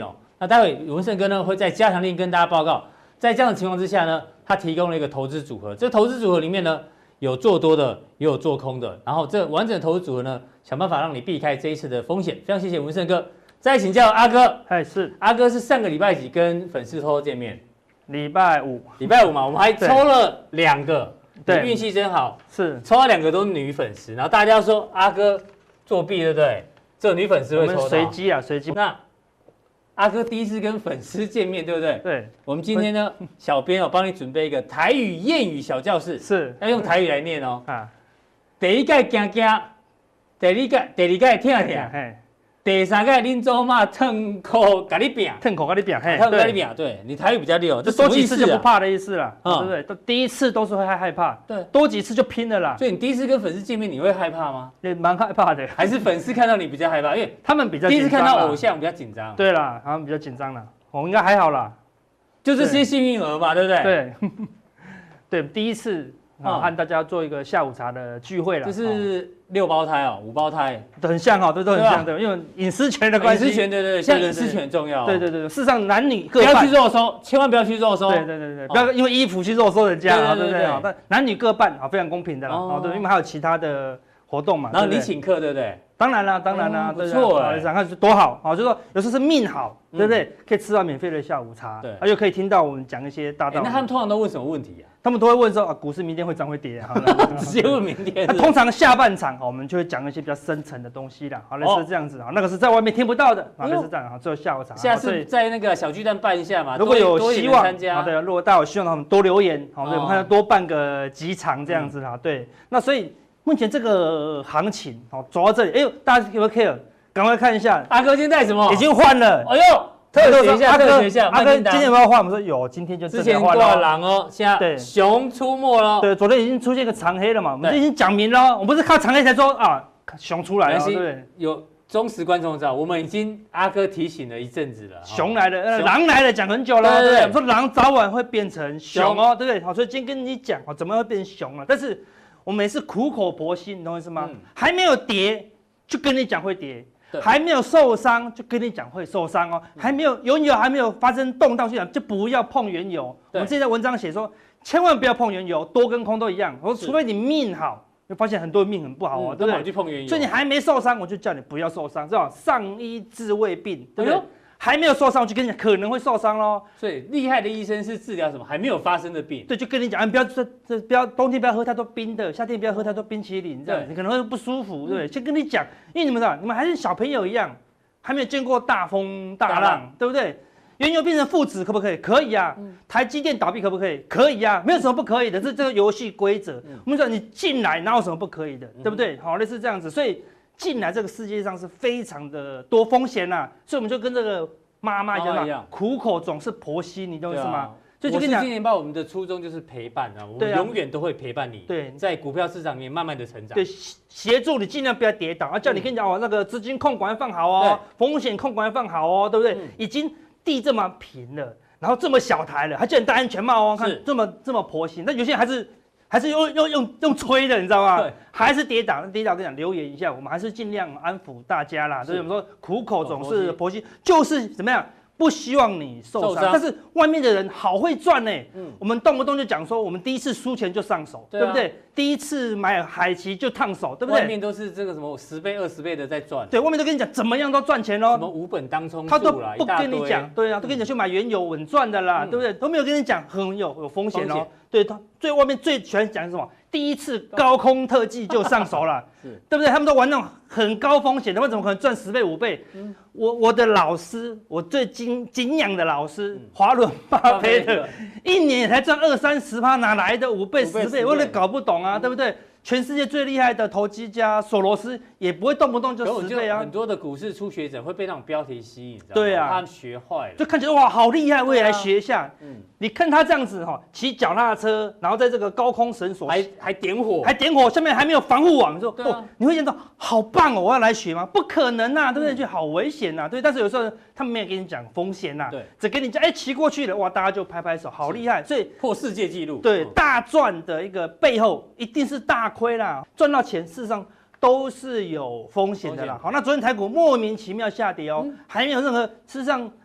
那待会文胜哥呢会在加强力跟大家报告，在这样的情况之下呢，他提供了一个投资组合。这投资组合里面呢，有做多的，也有做空的。然后这完整的投资组合呢，想办法让你避开这一次的风险。非常谢谢文胜哥。再请教阿哥， 哎是， 阿哥是上个礼拜几跟粉丝偷偷见面？ 礼拜五， 礼拜五嘛，我们还抽了两个， 对， 运气真好， 是抽到两个都是女粉丝，然后大家说阿哥作弊，对不对？这个女粉丝会抽到， 随机啊，随机。 那阿哥第一次跟粉丝见面，对不对？ 对。 我们今天呢，小编有帮你准备一个台语谚语小教室， 是要用台语来念哦。 啊， 第一届惊惊，第二届第二届听听，第三届恁祖妈腾口甲你拼， 腾口甲你拼，嘿， 腾口甲你拼，对你台语比较溜， 就多几次就不怕的意思了， 对不对？都第一次都是会害害怕， 对， 多几次就拼了啦。 所以你第一次跟粉丝见面，你会害怕吗？ 也蛮害怕的， 还是粉丝看到你比较害怕？因为他们比较第一次看到偶像比较紧张。 对啦，他们比较紧张啦，我应该还好啦， 就这些幸运儿嘛，对不对？ 对，对，第一次。啊，和大家做一个下午茶的聚会了， 就是六胞胎哦，五胞胎， 很像哈，都都很像的，因为隐私权的关系。 隐私权，对对，像隐私权很重要。 对对对，事实上男女各不要去肉收，千万不要去肉收。 对对对对，不要因为衣服去肉收人家啊，对不对？但男女各半啊，非常公平的啦。哦，对，因为还有其他的活动嘛。 然后你请客，对不对？ 当然啦，当然啦， 不错哎， 想看多好啊！就说有时候是命好，对不对？可以吃到免费的下午茶，对，而且可以听到我们讲一些大道理。 那他们通常都问什么问题啊？ 他们都会问说啊，股市明天会涨会跌？好了， 直接问明天。 那通常下半场我们就会讲一些比较深层的东西啦，好，类似这样子啊，那个是在外面听不到的，啊，类似这样啊，最后下午茶。 下次在那个小巨蛋办一下嘛， 如果有希望参加， 对，如果大家有希望，他们多留言，好，对，我们看多办个几场这样子啊，对，那所以。目前这个行情好走到这里，哎呦，大家有没有 care？ 赶快看一下， 阿哥今天带什么？ 已经换了。 哎呦，特学一下，特学一下。 阿哥今天有没有换？我们说有，今天就之前挂狼哦，现在对熊出没了。 对，昨天已经出现一个长黑了嘛，我们已经讲明了，我们不是靠长黑才说啊，熊出来了，对不对？ 有忠实观众知道，我们已经阿哥提醒了一阵子了， 熊来了，狼来了，讲很久了，对不对？我们说狼早晚会变成熊哦，对不对？好，所以今天跟你讲哦，怎么会变成熊了？但是。我们也是苦口婆心，你懂我意思吗？嗯、还没有跌，就跟你讲会跌；还没有受伤，就跟你讲会受伤哦。嗯、还没有原油还没有发生动荡，就讲就不要碰原油。我们之前在文章写说，千万不要碰原油，多跟空都一样。我说，除非你命好，会发现很多人命很不好哦，嗯、对不对？ 去碰原油， 所以你还没受伤，我就叫你不要受伤，知道上医治未病，对不对？哎还没有受伤，我就跟你讲可能会受伤咯。 所以厉害的医生是治疗什么还没有发生的病。 对，就跟你讲，你不要这这不要冬天不要喝太多冰的，夏天不要喝太多冰淇淋，这样你可能会不舒服，对不对？先跟你讲，因为你们知道，你们还是小朋友一样，还没有见过大风大浪，对不对？原油变成负值可不可以？可以啊。台积电倒闭可不可以？可以啊，没有什么不可以的，这这个游戏规则。我们说你进来哪有什么不可以的，对不对？好，类似这样子，所以进来这个世界上是非常的多风险呐，所以我们就跟这个。妈妈一样，苦口总是婆媳，你懂我意思吗？ 所以就跟你讲，今年报我们的初衷就是陪伴啊，我们永远都会陪伴你。对，在股票市场里面慢慢的成长， 对，协助你尽量不要跌倒，啊，叫你跟你讲哦，那个资金控管放好哦，风险控管放好哦，对不对？已经地这么平了，然后这么小台了，还叫你戴安全帽哦，看这么这么婆媳，那有些人还是。还是用用用用吹的，你知道吗？还是跌倒，跌倒跟你讲留言一下，我们还是尽量安抚大家啦。所以我们说苦口总是婆媳，就是怎么样，不希望你受伤。但是外面的人好会赚呢，嗯，我们动不动就讲说，我们第一次输钱就上手，对不对？第一次买海奇就烫手，对不对？ 外面都是这个什么十倍、二十倍的在赚。 对，外面都跟你讲怎么样都赚钱哦。 什么无本当冲他都不跟你讲，对啊，都跟你讲去买原油稳赚的啦，对不对？都没有跟你讲很有有风险哦。对，他最外面最喜欢讲什么？第一次高空特技就上手了，对不对？他们都玩那种很高风险的，他们怎么可能赚十倍五倍？嗯、我我的老师，我最敬敬仰的老师，华伦巴菲特，一年也才赚二三十趴，哪来的五倍十倍？我也搞不懂啊，嗯、对不对？全世界最厉害的投机家索罗斯也不会动不动就十倍啊！ 很多的股市初学者会被那种标题吸引， 对啊， 他们学坏了， 就看起来哇好厉害，我也来学一下。嗯，你看他这样子哈，骑脚踏车，然后在这个高空绳索还还点火， 还点火，下面还没有防护网，说哦，你会觉得好棒哦，我要来学吗？不可能呐，对不对？就好危险呐，对。但是有时候他们没有跟你讲风险呐，对，只跟你讲哎骑过去了，哇，大家就拍拍手，好厉害，所以破世界纪录。 对，大赚的一个背后一定是大亏啦，赚到钱事实上都是有风险的啦。好，那昨天台股莫名其妙下跌哦，嗯、还没有任何，事实上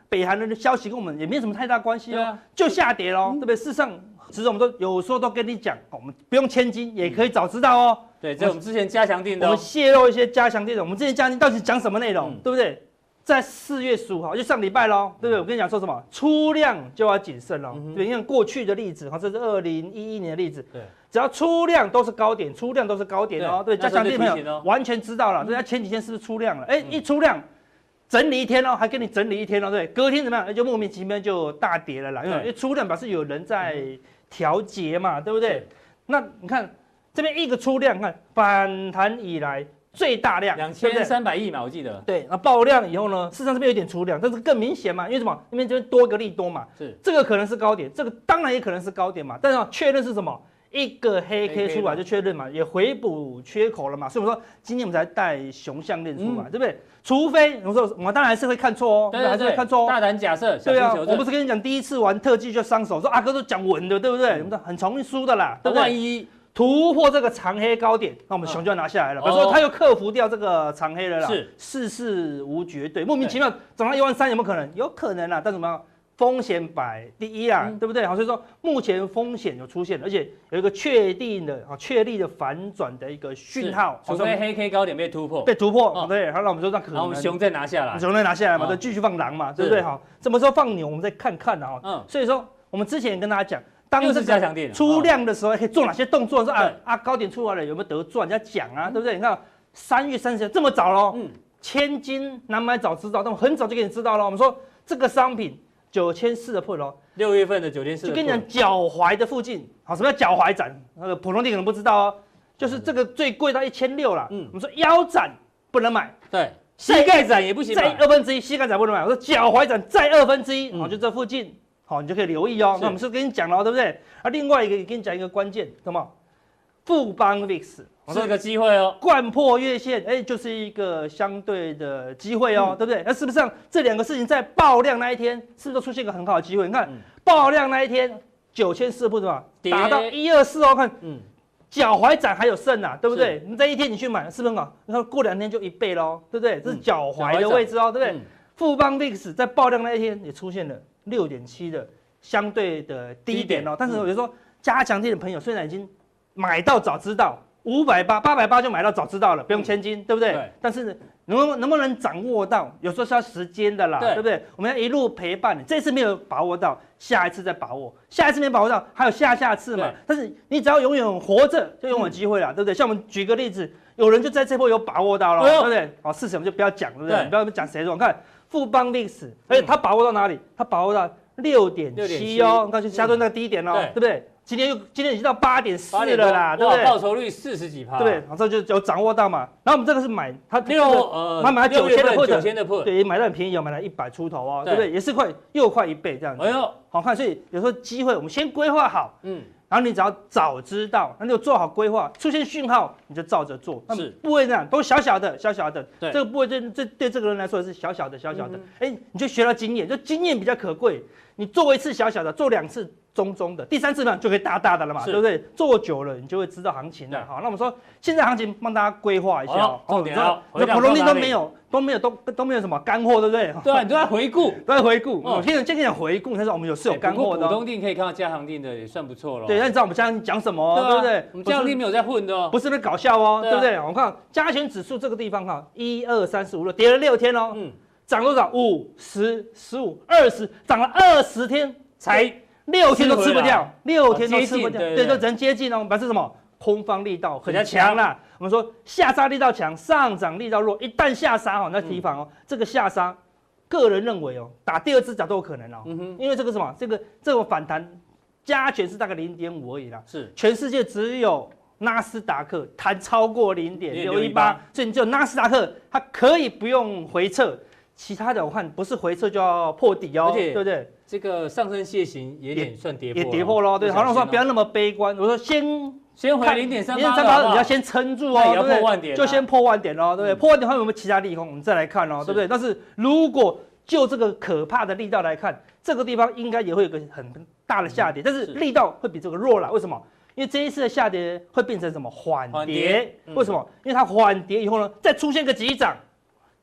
北韩的消息跟我们也没什么太大关系哦，啊、就下跌喽，对不对？事实上，其实我们都有时候都跟你讲，我们不用千金也可以早知道哦。 对，这是我们之前加强定的、哦。 我们泄露一些加强定的，我们之前加强定到底讲什么内容，嗯、对不对？在四月十五号，就上礼拜喽，对不对？我跟你讲说什么？出量就要谨慎喽。嗯、对，你看过去的例子，哈，这是二零一一年的例子。对，只要出量都是高点，出量都是高点哦。对，加强定朋友完全知道了。对，他前几天是不是出量了？哎，一出量，整理一天哦，还给你整理一天哦，对，隔天怎么样？就莫名其妙就大跌了啦。因为一出量表示有人在调节嘛，对不对？那你看这边一个出量，看反弹以来。最大量两千三百亿嘛，我记得。 对，那爆量以后呢，事实上这边有点出量，但是更明显嘛，因为什么？因为这边多一个利多嘛，是这个可能是高点，这个当然也可能是高点嘛，但是确认是什么？一个黑 K 出来就确认嘛，也回补缺口了嘛，所以我们说今天我们才带熊项链出来，嗯、对不对？除非我说我们当然还是会看错哦， 对对对， 还是会看错哦。 大胆假设， 对啊，我不是跟你讲第一次玩特技就伤手，说阿哥都讲稳的，对不对？嗯、我们很容易输的啦，对不对？ 万一突破这个长黑高点，那我们熊就要拿下来了。比如说，它又克服掉这个长黑了啦，是世事无绝对，莫名其妙涨到一万三，有没有可能？有可能啦，但怎么样？风险摆第一啦，嗯、对不对？好，所以说目前风险有出现，而且有一个确定的、啊确立的反转的一个讯号， 除非黑 K 高点被突破， 被突破，哦、对，好，那我们说那可能， 然后我们熊再拿下来， 熊再拿下来嘛，对，继续放狼嘛，对不对？好，什么时候放牛，我们再看看啊。嗯，所以说我们之前也跟大家讲。当这个出量的时候，可以做哪些动作？说啊啊，高点出来了，有没有得赚？人家讲啊，对不对？你看三月三十这么早喽，嗯，千金难买早知道，那么很早就给你知道了。我们说这个商品九千四的破喽， 六月份的九千四， 就跟你讲脚踝的附近，好，什么叫脚踝斩？那个普通地可能不知道哦，就是这个最贵到一千六了。嗯，我们说腰斩不能买， 对，膝盖斩也不行， 再二分之一，膝盖斩不能买。我说脚踝斩再二分之一，好，就这附近。好，你就可以留意哦。那我们是跟你讲了，对不对？啊，另外一个也跟你讲一个关键，什么？富邦 V I X 是个机会哦， 掼破月线，哎，就是一个相对的机会哦，嗯、对不对？那是不是这两个事情在爆量那一天，是不是都出现一个很好的机会？你看、嗯、爆量那一天，九千四不是嘛，达到一二四哦，看，嗯，脚踝斩还有剩啊，对不对？你这一天你去买，是不是很好？你看过两天就一倍喽，对不对？这是脚踝的位置哦，对不对？富邦 V I X 在爆量那一天也出现了。六点七的相对的低点哦，但是我就说加强定的朋友虽然已经买到早知道五百八、八百八就买到早知道了，不用千金，对不对？对。但是能能不能掌握到，有时候是要时间的啦，对不对？我们要一路陪伴你，这次没有把握到，下一次再把握，下一次没把握到，还有下下次嘛。但是你只要永远活着，就永远有机会了，对不对？像我们举个例子，有人就在这波有把握到了，对不对？好，是什么就不要讲，对不对？你不要讲谁说，看。富邦 V I X， 而且他把握到哪里？他把握到六点七哦，你看就相对那个低点哦，对不对？今天又今天已经到八点四了啦，对不对？ 报酬率四十几趴， 对不对？然后这就有掌握到嘛。然后我们这个是买他六呃， 他买九千的 put， 九千的 put， 对，买的很便宜哦，买了一百出头哦，对不对？也是快又快一倍这样子。哎呦，好看，所以有时候机会我们先规划好，嗯。然后你只要早知道，那你有做好规划，出现讯号你就照着做。是部位这样都小小的、小小的，对这个部位对这对这个人来说是小小的、小小的。哎、嗯，你就学到经验，就经验比较可贵。你做一次小小的，做两次中中的，第三次呢就可以大大的了嘛，对不对？做久了你就会知道行情了。好，那我们说现在行情帮大家规划一下哦。 重点哦， 你普通力都没有，都没有都都没有什么干货，对不对？ 对啊，你都在回顾， 都在回顾。我现在先跟你讲回顾，他说我们有是有干货的。 普通定可以看到加行定的也算不错了。 对，那你知道我们加行讲什么，对不对？ 我们加行定没有在混的哦， 不是在搞笑哦，对不对？我们看加权指数这个地方哈，一二三四五六，跌了六天哦，嗯，涨多少？五、十、十五、二十，涨了二十天。才六天都吃不掉，六天都吃不掉，对，就只能接近哦。表示什么？空方力道很强啦。我们说下杀力道强，上涨力道弱。一旦下杀哦，那提防哦，这个下杀，个人认为哦，打第二只脚都有可能哦。因为这个什么，这个这种反弹加权是大概零点五而已啦。是，全世界只有纳斯达克弹超过零点六一八，所以你只有纳斯达克它可以不用回撤。其他的我看不是回撤就要破底哦，对不对？ 这个上升楔形也点算跌破， 也跌破咯。对，好，那我说不要那么悲观，我说先先回零点三八， 你要先撑住哦，对不对？就先破万点哦，对不对？破万点后有没有其他利空，我们再来看哦，对不对？但是如果就这个可怕的力道来看，这个地方应该也会有个很大的下跌，但是力道会比这个弱了。为什么？因为这一次的下跌会变成什么缓跌？为什么？因为它缓跌以后呢，再出现个急涨。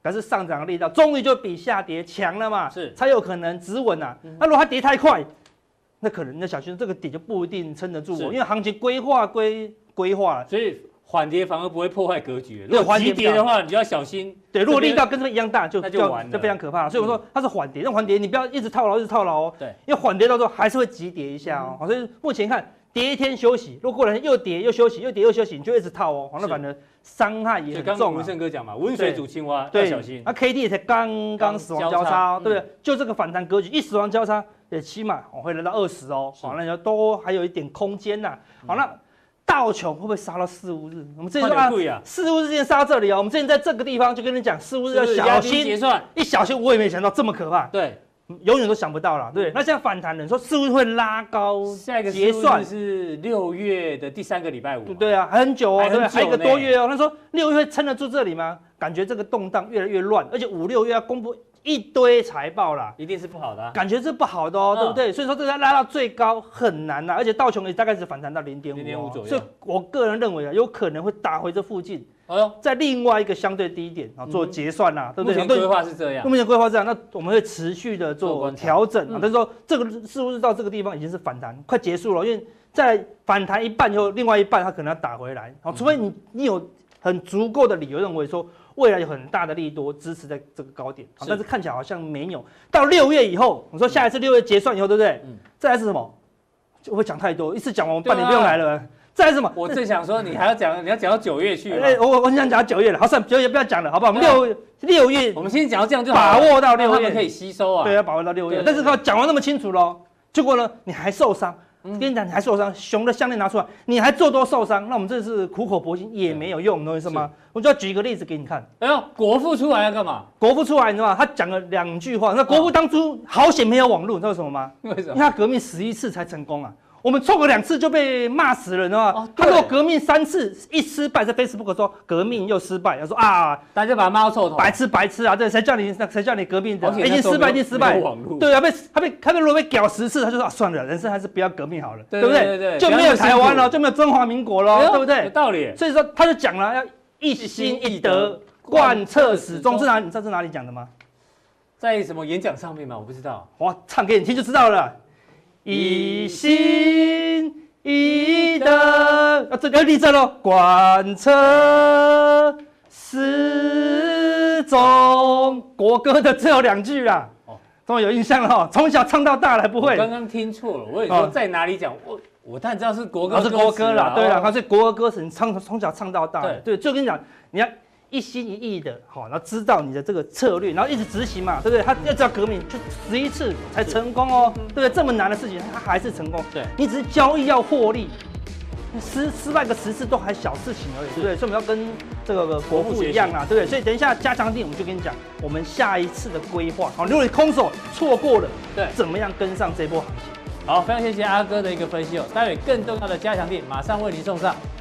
表示上涨的力道终于就比下跌强了嘛， 是才有可能止稳啊。嗯、那如果它跌太快，那可能那小心这个底就不一定撑得住哦，因为行情规划规规划， 所以缓跌反而不会破坏格局。如果急跌的话，你就要小心。 对，如果力道跟这个一样大，就那就完了， 就非常可怕。所以我说它是缓跌，那缓跌你不要一直套牢，一直套牢哦。 对， 因为缓跌到时候还是会急跌一下哦。所以目前看跌一天休息，如果过两天又跌又休息，又跌又休息，你就一直套哦，那反正伤害也很重。 刚文胜哥讲嘛，温水煮青蛙要小心。 那 K D 也才刚刚死亡交叉，对不对？就这个反弹格局，一死亡交叉。也起码哦会来到二十哦，好，那都还有一点空间呐。好，那道琼会不会杀到四五日？我们之前说啊，四五日之前杀到这里哦，我们之前在这个地方就跟你讲，四五日要小心结算， 一小心我也没想到这么可怕， 对， 永远都想不到了。对，那现在反弹了，你说四五日会拉高， 下一个结算是六月的第三个礼拜五， 对啊，还很久哦，对，还有一个多月哦。他说六月会撑得住这里吗？感觉这个动荡越来越乱，而且五六月要公布一堆财报啦， 一定是不好的、啊， 感觉是不好的哦，嗯、对不对？所以说这个拉到最高很难呐、啊，而且道琼也大概只反弹到零点五左右，所以我个人认为啊，有可能会打回这附近，哎呦，在另外一个相对低点啊做结算呐、啊，嗯、对不对？ 目前规划是这样， 目前规划这样，那我们会持续的做调整啊，但是说这个是不是到这个地方已经是反弹快结束了？因为在反弹一半以后，另外一半它可能要打回来，好，除非你你有很足够的理由认为说。未来有很大的利多支持在这个高点，是但是看起来好像没有。到六月以后，我说下一次六月结算以后，对不对？嗯。再来是什么？就会讲太多，一次讲完我们半年不用来了。啊、再来是什么？ 我正想说，你还要讲，你要讲到九月去。 哎，我我很想讲到九月了，好，算九月不要讲了，好不好？我们六六月， 我们先讲到这样就好， 把握到六月可以吸收啊。 对，要把握到六月。但是他讲完那么清楚喽，结果呢，你还受伤。跟你讲，你还受伤，熊的项链拿出来，你还做多受伤，那我们这是苦口婆心也没有用，你懂意思吗？我就要举一个例子给你看。 哎呦，国父出来要干嘛？ 国父出来，你知道吗？他讲了两句话。那国父当初好险没有网络，你知道为什么吗？ 为什么？ 因为他革命十一次才成功啊。我们错个两次就被骂死了，你知道吗？哦、他如果革命三次一失败，在 Facebook 说革命又失败，他说啊， 大家把他骂到臭头， 白痴白痴啊！对，谁叫你谁叫你革命的？已经失败，已经失败。对啊，被他被他被如果被屌十次，他就说啊，算了，人生还是不要革命好了，对不对？对对，就没有台湾了，就没有中华民国了，对不对？ 有道理。 所以说他就讲了，要一心一德，贯彻始终。是哪？你知道是哪里讲的吗？ 在什么演讲上面吗？我不知道。 我唱给你听就知道了。一心一德，啊，这个立正喽，贯彻始终。国歌的只有两句啦，哦，终于有印象了哈，从小唱到大了还不会。 刚刚听错了，我也说在哪里讲，我我当然知道是国歌， 是国歌啦，对啦，它是国歌歌词，你唱从小唱到大， 对对，就跟你讲，你要一心一意的，好，然后知道你的这个策略，然后一直执行嘛，对不对？他要知道革命就十一次才成功哦，对不对？这么难的事情他还是成功， 对， 你只是交易要获利。失失败个十次都还小事情而已，对不对？所以我们要跟这个国父一样啊，对不对？所以等一下加强定，我们就跟你讲我们下一次的规划。好，如果你空手错过了， 对， 怎么样跟上这波行情？ 好，非常谢谢阿哥的一个分析哦。待会更重要的加强定马上为您送上。